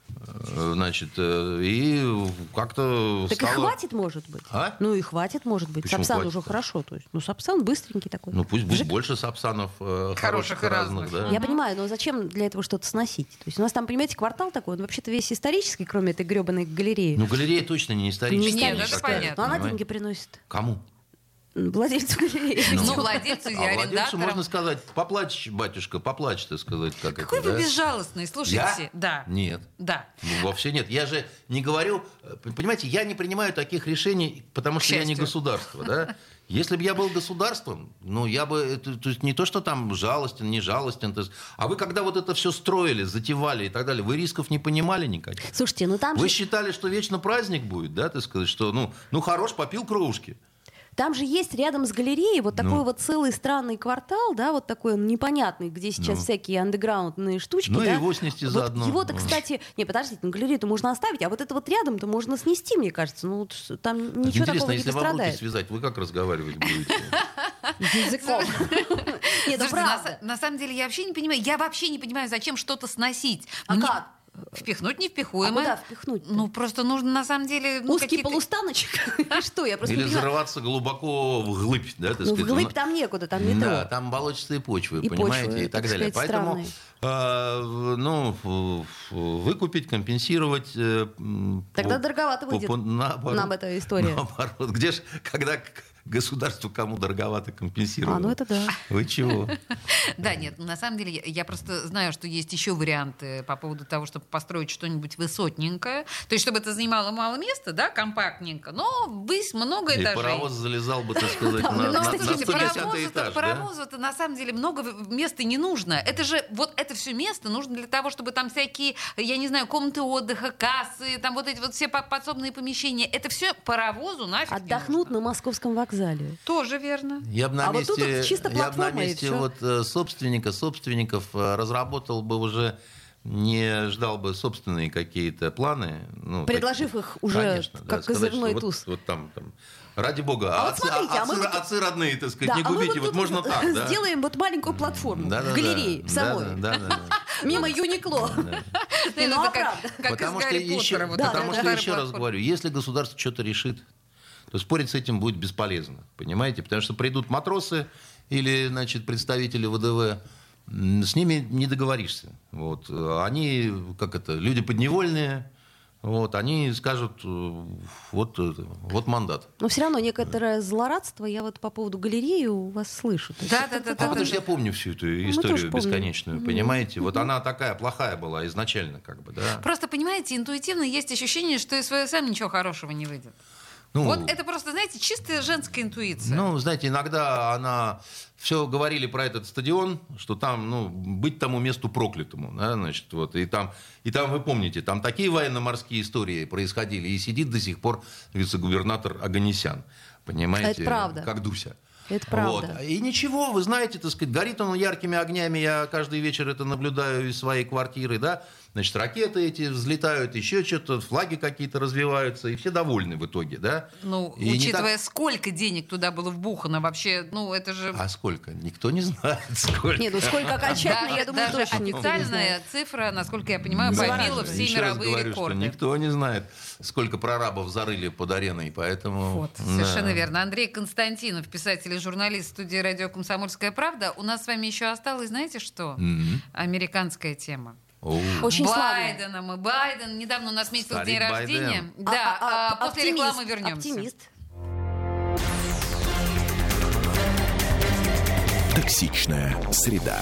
э, значит, э, и как-то Так и стало... хватит, может быть. А? Ну и хватит, может быть. Почему Сапсан хватит? уже хорошо. То есть, ну, Сапсан быстренький такой. Ну, пусть будет Жик. больше Сапсанов э, Хороших хороших и и разных, разных. да. Я понимаю, но зачем для этого что-то сносить? То есть у нас там, понимаете, квартал такой, он вообще-то весь исторический, кроме этой гребаной галереи. Ну, галерея точно не Не историческая. Нет, это историческая. понятно. Но она понимаете? деньги приносит. Кому? Владельцу галереи. Ну, видимо. владельцу и А владельцу арендаторам. можно сказать: поплачь, батюшка, поплачь, так сказать. Как Какой это, вы да? безжалостный, слушайте. Я? Да. Нет. Да. Ну, вовсе нет. Я же не говорю... э, Понимаете, я не принимаю таких решений, потому К что я не счастью. государство. Да? Если бы я был государством, ну, я бы... это- то есть не то, что там жалостен, не жалостен. то есть- а вы, когда вот это все строили, затевали и так далее, вы рисков не понимали никаких? Слушайте, ну там Вы же, считали, что вечно праздник будет, да, так сказать, что, ну, ну хорош, попил кровушки. там же есть рядом с галереей вот такой Ну. вот целый странный квартал, да, вот такой он непонятный, где сейчас Ну. всякие андеграундные штучки. Ну и да. его снести Вот заодно. Его-то, Вот. кстати, не, подождите, ну галерею-то можно оставить, а вот это вот рядом-то можно снести, мне кажется. Ну, вот с- там ничего Интересно, такого не если вам руки пострадает. связать, вы как разговаривать будете? Языком. Нет, ну Слушайте, на, правда. са- на самом деле я вообще не понимаю, я вообще не понимаю, зачем что-то сносить. А Мне- как? Впихнуть А невпихуемое. куда впихнуть? Ну, просто нужно на самом деле... Ну, Узкий какие-то- полустаночек? Или что? Я просто Или не понимаю. зарываться глубоко вглыбь, да, так Ну, сказать. вглыбь Ну, там некуда, там метро. Да, там болотистые почвы, И понимаете, почвы, и так так далее. сказать, Поэтому, странные. э, ну, ф- ф- выкупить, компенсировать... э, м, Тогда по- дороговато по- выйдет по- наоборот. нам эта история. Наоборот. Где ж, когда к- государству кому дороговато компенсировать? А, ну это да. Вы чего? Да, нет, на самом деле я, я просто знаю, что есть еще варианты по поводу того, чтобы построить что-нибудь высотненькое. То есть, чтобы это занимало мало места, да, компактненько, но высь много И этажей. паровоз залезал бы, так сказать, на, ну, на- на кстати, сто Слушайте, десятый паровозу-то, этаж. да? паровозу-то на самом деле много в- места не нужно. Это же вот это все место нужно для того, чтобы там всякие, я не знаю, комнаты отдыха, кассы, там вот эти вот все по- подсобные помещения. Это все паровозу нафиг не Отдохнут нужно. на Московском вокзале. Тоже верно. Я бы на А вот тут месте, вот чисто я бы на платформа, и месте всё. вот, э, собственника, собственников э, разработал бы уже, не ждал бы собственные какие-то планы. Ну, Предложив такие. их уже Конечно, да, как сказать, козырной что туз. Вот, вот там, там, ради бога, А а вот отцы, смотрите, а а мы отцы- вот- отцы родные, так сказать, Да, не а мы губите, вот тут можно так, да? сделаем вот маленькую платформу Да, да, в да. галерее, в Да, самой. да, да, да. Мимо Юникло. Ну, Это а как, правда. как Потому из что, Гарри еще, Поттера, вот да, эта потому да, что старая еще раз платформа. говорю, если государство что-то решит, то спорить с этим будет бесполезно, понимаете? Потому что придут матросы или, значит, представители вэ дэ вэ, м, с ними не договоришься. Вот. Они, как это, люди подневольные, вот, они скажут, э, вот, э, вот мандат. Но все равно некоторое злорадство я вот по поводу галереи у вас слышу. То есть Да, это да, да, как-то- А потому что я помню всю эту тоже историю помним. бесконечную, понимаете? Вот она такая плохая была изначально, как бы, да. Просто, понимаете, интуитивно есть ощущение, что из вэ эс эм ничего хорошего не выйдет. Ну, Вот это просто, знаете, чистая женская интуиция. Ну, знаете, иногда она... Все говорили про этот стадион, что там, ну, быть тому месту проклятому, да, значит, вот. И там, и там, вы помните, там такие военно-морские истории происходили, и сидит до сих пор вице-губернатор Оганесян, понимаете? Это правда. Как Дуся. Это правда. Вот. И ничего, вы знаете, так сказать, горит он яркими огнями, я каждый вечер это наблюдаю из своей квартиры, да, значит, ракеты эти взлетают, еще что-то, флаги какие-то развиваются, и все довольны в итоге, да. Ну, И учитывая, так... сколько денег туда было вбухано, вообще, ну, это же... А сколько? Никто не знает, сколько. Не, ну сколько окончательно, Даже, я думаю, даже точно никто не официальная знает. цифра, насколько я понимаю, побила все Еще раз мировые говорю, рекорды. что никто не знает, сколько прорабов зарыли под ареной, поэтому... Вот, да. совершенно верно. Андрей Константинов, писатель и журналист студии «Радио Комсомольская правда». У нас с вами еще осталось, знаете что? Мгм. Американская тема. О. Очень Байденом и Байден. Недавно у нас отметил Старик день рождения. Байден. Да, А- а- а после оптимист, рекламы вернемся. Оптимист. Токсичная среда.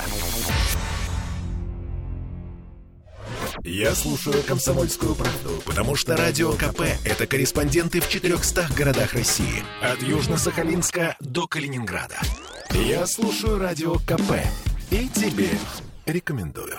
Я слушаю «Комсомольскую правду», потому что Радио КП – это корреспонденты в четырехстах городах России. От Южно-Сахалинска до Калининграда. Я слушаю Радио КП и тебе рекомендую.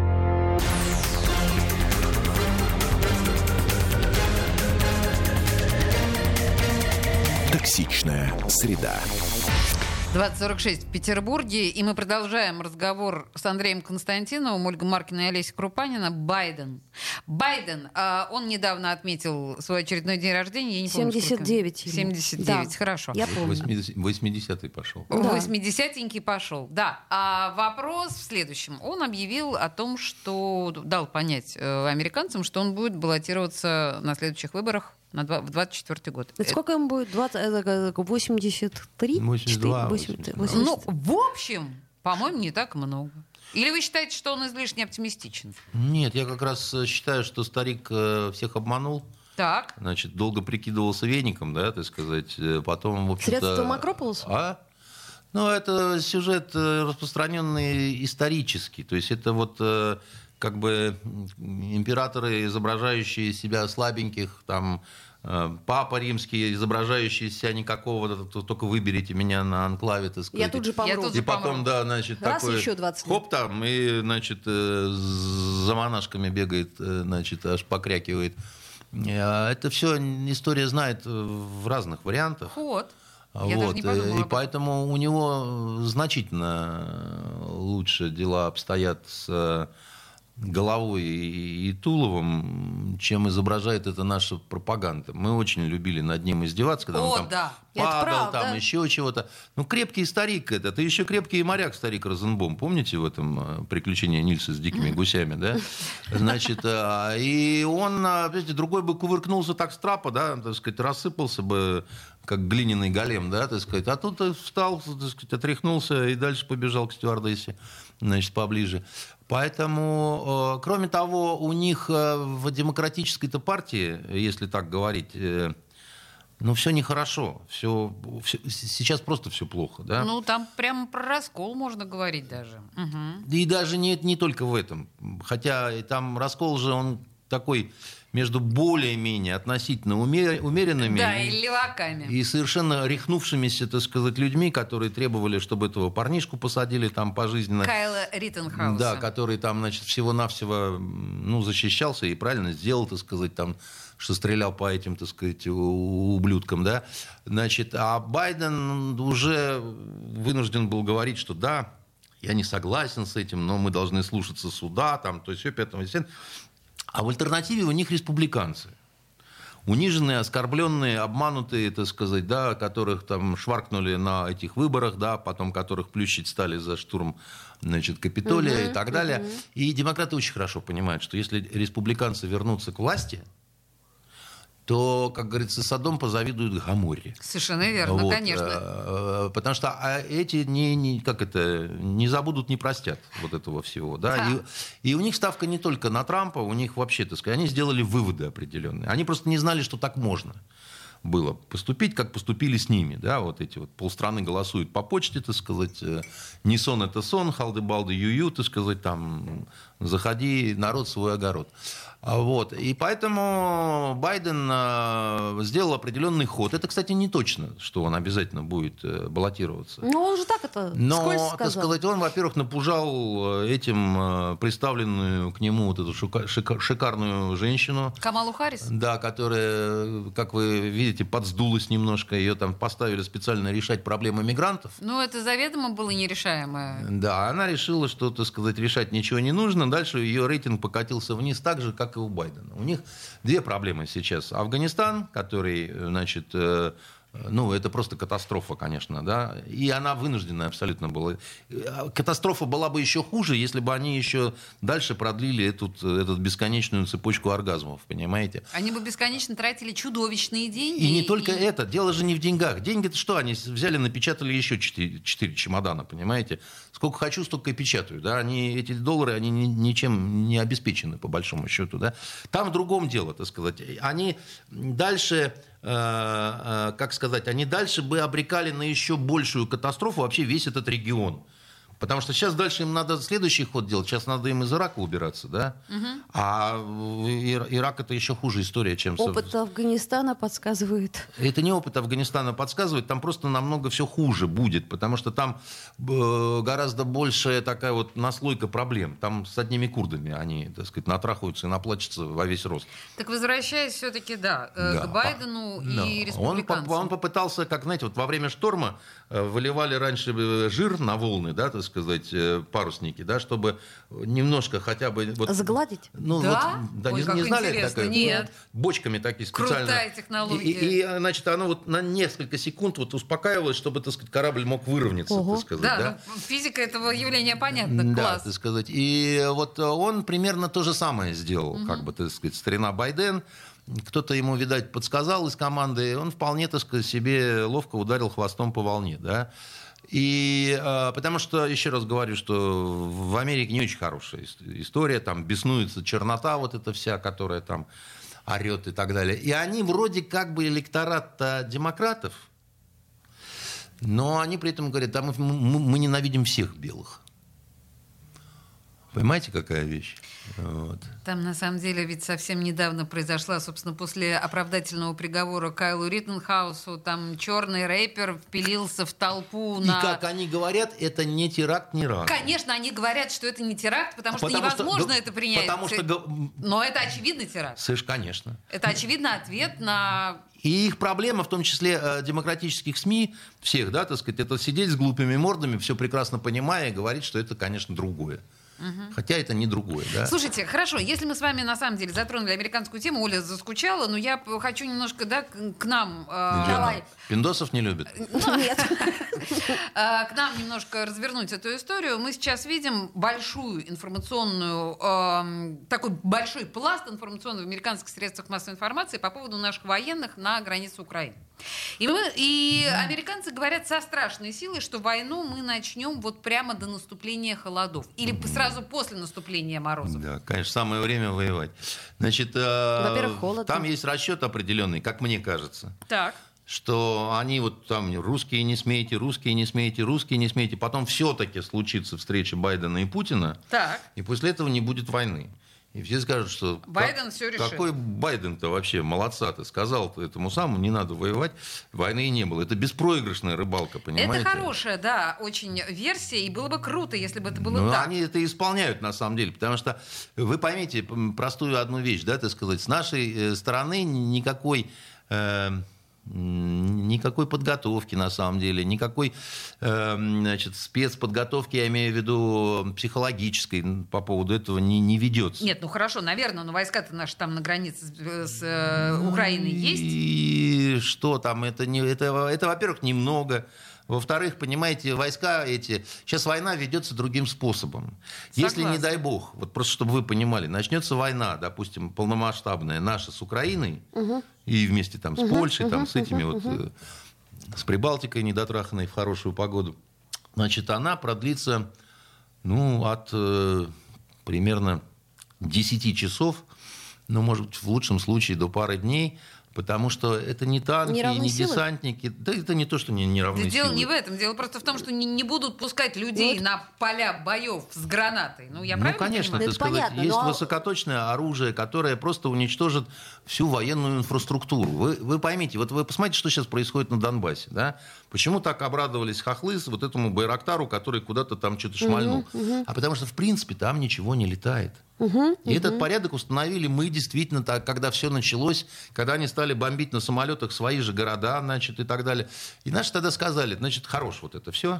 Токсичная среда. двадцать сорок шесть в Петербурге, и мы продолжаем разговор с Андреем Константиновым, Ольгой Маркиной и Олесей Крупанина. Байден. Байден, а, он недавно отметил свой очередной день рождения. Я не помню, семьдесят девять. сколько. семьдесят девять, Да. хорошо. Я помню. восьмидесятый пошел. Да. восьмидесятенький пошел, да. А вопрос в следующем. Он объявил о том, что дал понять э, американцам, что он будет баллотироваться на следующих выборах на два, в двадцать четвёртый год. Это сколько ему будет? двадцать, э, восемьдесят три? восемьдесят два, Э, восемьдесят, Ну, в общем, по-моему, не так много. Или вы считаете, что он излишне оптимистичен? Нет, я как раз э, считаю, что старик э, всех обманул. Так. Значит, долго прикидывался веником, да, так сказать. Э, Потом, в общем-то... Средством Акрополуса? А? Ну, это сюжет э, распространенный исторически. То есть это вот э, как бы императоры, изображающие себя слабеньких, там, э, папа римский, изображающий себя никакого, только выберите меня на анклаве, так сказать. Я тут же помру. Я тут И же потом, помру. да, значит, Раз, такой еще двадцать лет. хоп там, и, значит, э, за монашками бегает, э, значит, аж покрякивает. Э, Это все история знает в разных вариантах. Вот. Я Вот. даже не подумала И об этом. поэтому у него значительно лучше дела обстоят с головой и Туловым, чем изображает это наша пропаганда. Мы очень любили над ним издеваться, когда О, он там да. Это падал, правда. там еще чего-то. Ну, крепкий старик этот, и еще крепкий моряк старик Розенбом. Помните в этом э, «Приключения Нильса с дикими гусями», да? Значит, э, и он, э, видите, другой бы кувыркнулся так с трапа, да, так сказать, рассыпался бы, как глиняный голем, да, так сказать. А тут встал, так сказать, отряхнулся и дальше побежал к стюардессе, значит, поближе. Поэтому, э, кроме того, у них э, в демократической-то партии, если так говорить, э, ну, все нехорошо. Все, все, сейчас просто все плохо, да? Ну, там прямо про раскол можно говорить даже. Мгм. И даже не, не только в этом. Хотя и там раскол же, он такой между более-менее относительно умер- умеренными Да, и и, леваками. и совершенно рехнувшимися, так сказать, людьми, которые требовали, чтобы этого парнишку посадили там пожизненно. Кайла Риттенхауса. Да, который там, значит, всего-навсего, ну, защищался и правильно сделал, так сказать, там, что стрелял по этим, так сказать, у- ублюдкам, да. Значит, а Байден уже вынужден был говорить, что да, я не согласен с этим, но мы должны слушаться суда, там, то есть все пятого, десятого. А в альтернативе у них республиканцы. Униженные, оскорбленные, обманутые, так сказать, да, которых там шваркнули на этих выборах, да, потом которых плющить стали за штурм, значит, Капитолия Мгм, и так далее. мгм. И демократы очень хорошо понимают, что если республиканцы вернутся к власти, то, как говорится, Содом позавидует Гоморре. Совершенно верно, Вот, конечно. э, Потому что а эти не, не, как это, не забудут, не простят вот этого всего. Да? Да. И, и у них ставка не только на Трампа, у них вообще, так сказать, они сделали выводы определенные. Они просто не знали, что так можно было поступить, как поступили с ними. Да? Вот эти вот полстраны голосуют по почте, так сказать. Не сон – это сон, халды-балды, ю-ю, так сказать, там заходи, народ, свой огород. Вот. И поэтому Байден э, сделал определенный ход. Это, кстати, не точно, что он обязательно будет э, баллотироваться. Ну, он же так это Но, вскользь так сказал. сказать, он, во-первых, напужал этим э, представленную к нему вот эту шика- шика- шикарную женщину. Камалу Харрис? Да, которая, как вы видите, подсдулась немножко. Ее там поставили специально решать проблемы мигрантов. Ну, это заведомо было нерешаемое. Да, она решила, что, так сказать, решать ничего не нужно. Дальше ее рейтинг покатился вниз так же, как и у Байдена. У них две проблемы сейчас. Афганистан, который, значит, э, ну, это просто катастрофа, конечно, да, и она вынужденная абсолютно была. Катастрофа была бы еще хуже, если бы они еще дальше продлили эту, эту бесконечную цепочку оргазмов, понимаете? Они бы бесконечно тратили чудовищные деньги. И не только и... это. Дело же не в деньгах. Деньги-то что? Они взяли, напечатали еще четыре, четыре чемодана, понимаете? Сколько хочу, столько и печатаю. Да? Они, эти доллары, они ни, ничем не обеспечены, по большому счету. Да? Там в другом дело, так сказать. Они дальше... как сказать, они дальше бы обрекали на еще большую катастрофу вообще весь этот регион. Потому что сейчас дальше им надо следующий ход делать. Сейчас надо им из Ирака убираться, да? Угу. А Ирак — это еще хуже история, чем... Опыт Афганистана подсказывает. Это не опыт Афганистана подсказывает, там просто намного все хуже будет, потому что там гораздо большая такая вот наслойка проблем. Там с одними курдами они, так сказать, натрахаются и наплачутся во весь рост. Так возвращаясь все-таки, да, да, к Байдену да. и республиканцам. Он, он попытался, как, знаете, вот во время шторма выливали раньше жир на волны, да, так сказать, парусники, да, чтобы немножко хотя бы... Вот, сгладить? Ну, да? Вот, да, Ой, не, как не знали? интересно, Такое? нет. Бочками такие специально. Крутая технология. И, и, и, значит, оно вот на несколько секунд вот успокаивалось, чтобы, так сказать, корабль мог выровняться, Ого. так сказать. Да, Да, ну, физика этого явления понятна, да, класс. так сказать. И вот он примерно то же самое сделал, угу. как бы, так сказать, старина Байден. Кто-то ему, видать, подсказал из команды, и он вполне, так сказать, себе ловко ударил хвостом по волне, да. И э, потому что, еще раз говорю, что в Америке не очень хорошая история, там беснуется чернота вот эта вся, которая там орет и так далее. И они вроде как бы электорат демократов, но они при этом говорят, да, мы, мы, мы ненавидим всех белых. Понимаете, какая вещь? Вот. Там, на самом деле, ведь совсем недавно произошла, собственно, после оправдательного приговора Кайлу Риттенхаусу, там черный рэпер впилился в толпу на... И, как они говорят, это не теракт ни разу. Конечно, они говорят, что это не теракт, потому что потому невозможно что, это принять. Потому что... Но это очевидный теракт. Совершенно, конечно. Это очевидно ответ на... И их проблема, в том числе э, демократических СМИ, всех, да, так сказать, это сидеть с глупыми мордами, все прекрасно понимая, и говорить, что это, конечно, другое. Угу. Хотя это не другое, да? Слушайте, хорошо, если мы с вами на самом деле затронули американскую тему, Оля заскучала, но я хочу немножко, да, к нам... Э, Давай. Пиндосов не любит? Ну, нет. К нам немножко развернуть эту историю. Мы сейчас видим большую информационную, э, такой большой пласт информационного в американских средствах массовой информации по поводу наших военных на границе Украины. И, мы, и американцы говорят со страшной силой, что войну мы начнем вот прямо до наступления холодов. Или сразу после наступления морозов. Да, конечно, самое время воевать. Значит, э, Во-первых, холодно. Там есть расчет определенный, как мне кажется. Так. Что они вот там русские не смейте, русские не смейте, русские не смейте. Потом все-таки случится встреча Байдена и Путина. Так. И после этого не будет войны. И все скажут, что Байден как, все решит. Какой Байден-то вообще молодца, ты сказал-то этому самому, не надо воевать, войны и не было. Это беспроигрышная рыбалка, понимаете? Это хорошая, да, очень версия, и было бы круто, если бы это было Но так. они это исполняют на самом деле, потому что вы поймите простую одну вещь, да, так сказать, с нашей стороны никакой... Э, Никакой подготовки, на самом деле, никакой э, значит, спецподготовки, я имею в виду психологической, по поводу этого не, не ведется. Нет, ну хорошо, наверное, но войска-то наши там на границе с, с э, Украиной есть. И что там, это, не, это, это, во-первых, немного. Во-вторых, понимаете, войска эти... Сейчас война ведется другим способом. Согласна. Если, не дай бог, вот просто чтобы вы понимали, начнется война, допустим, полномасштабная наша с Украиной, угу. и вместе там с угу, Польшей, угу, там, с этими угу, вот... Угу. С Прибалтикой недотраханной в хорошую погоду. Значит, она продлится, ну, от э, примерно десяти часов, ну, может быть, в лучшем случае до пары дней. Потому что это не танки, Неравные не силы? десантники. Да это не то, что не, неравные Да дело силы. не в этом. Дело просто в том, что не, не будут пускать людей Вот. на поля боев с гранатой. Ну, я Ну, правильно конечно, понимаю? так Это сказать, понятно, есть но- высокоточное оружие, которое просто уничтожит всю военную инфраструктуру. Вы, вы поймите, вот вы посмотрите, что сейчас происходит на Донбассе. Да? Почему так обрадовались хохлы вот этому Байрактару, который куда-то там что-то шмальнул? А потому что, в принципе, там ничего не летает. Угу, И этот порядок установили мы действительно, так, когда все началось, когда они стали бомбить на самолетах свои же города, значит, и так далее. И наши тогда сказали, значит, хорош вот это все.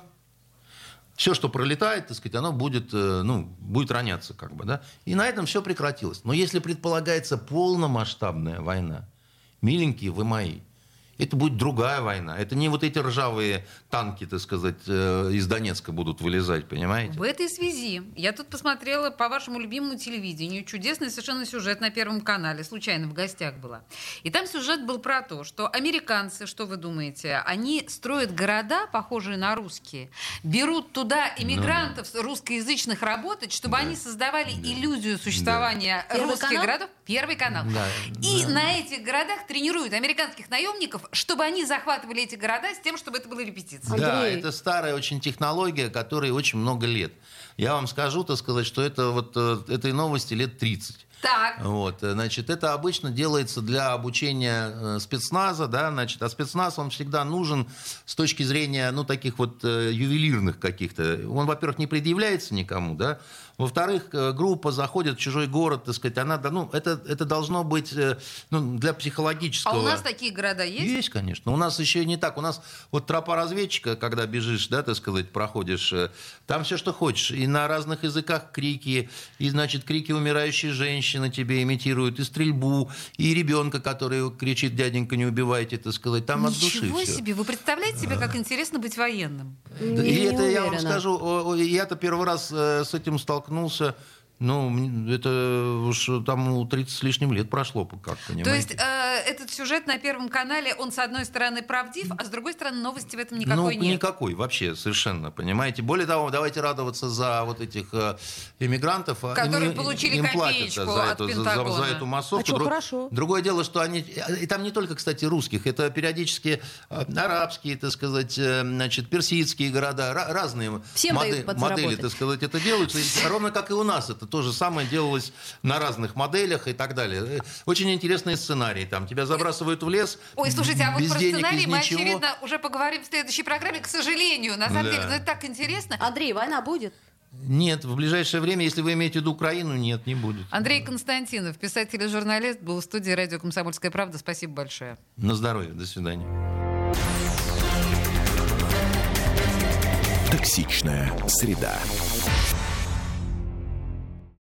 Все, что пролетает, так сказать, оно будет, э, ну, будет роняться, как бы, да. И на этом все прекратилось. Но если предполагается полномасштабная война, миленькие вы мои, это будет другая война. Это не вот эти ржавые танки, так сказать, э, из Донецка будут вылезать, понимаете? В этой связи я тут посмотрела по вашему любимому телевидению чудесный совершенно сюжет на Первом канале. Случайно в гостях была. И там сюжет был про то, что американцы, что вы думаете, они строят города, похожие на русские, берут туда иммигрантов русскоязычных работать, чтобы Да. они создавали иллюзию существования Первый русских канал? городов. Первый канал. Да, И да. на этих городах тренируют американских наемников, чтобы они захватывали эти города с тем, чтобы это было репетиция. Да, Андрей. это старая очень технология, которой очень много лет. Я вам скажу, так сказать, что это вот э, этой новости лет тридцать. Так. Вот, э, значит, это обычно делается для обучения э, спецназа, да, значит, а спецназ, он всегда нужен с точки зрения, ну, таких вот э, ювелирных каких-то. Он, во-первых, не предъявляется никому, да, во-вторых, э, группа заходит в чужой город, так сказать, она, да, ну, это, это должно быть, э, ну, для психологического... А у нас такие города есть? Есть, конечно. У нас еще не так. У нас вот тропа разведчика, когда бежишь, да, так сказать, проходишь, э, там все, что хочешь. И на разных языках крики, и, значит, крики умирающей женщины тебе имитируют, и стрельбу, и ребенка, который кричит: дяденька, не убивайте, так сказать. Там от души Ничего все. себе! Вы представляете себе, как интересно быть военным? Да, Не- и не это, я вам уверена. скажу, о, о, я-то первый раз э, с этим столкнулся. Ну, м, это уж там ну, тридцать с лишним лет прошло, как понимаете. То есть э, этот сюжет на Первом канале, он с одной стороны правдив, а с другой стороны новости в этом никакой ну, нет. никакой вообще, совершенно, понимаете. Более того, давайте радоваться за вот этих э, иммигрантов. Которые Им- получили им копеечку платят за от эту, за, за- Пентагона. за эту массовку. А чё, хорошо. Другое дело, что они... И там не только, кстати, русских. Это периодически э, арабские, так сказать, э, значит, персидские города. ра- разные Всем дают подзаработать. модели, так сказать, это делаются. И ровно как и у нас. Это то же самое делалось на разных моделях и так далее. Очень интересные сценарии. Там тебя забрасывают в лес. Ой, слушайте, а вот без про денег, сценарий без мы, ничего. очевидно, уже поговорим в следующей программе, к сожалению. На самом Да. деле, ну это так интересно. Андрей, война будет? Нет, в ближайшее время, если вы имеете в виду Украину, нет, не будет. Андрей Константинов, писатель и журналист, был в студии радио «Комсомольская правда». Спасибо большое. На здоровье. До свидания. Токсичная среда.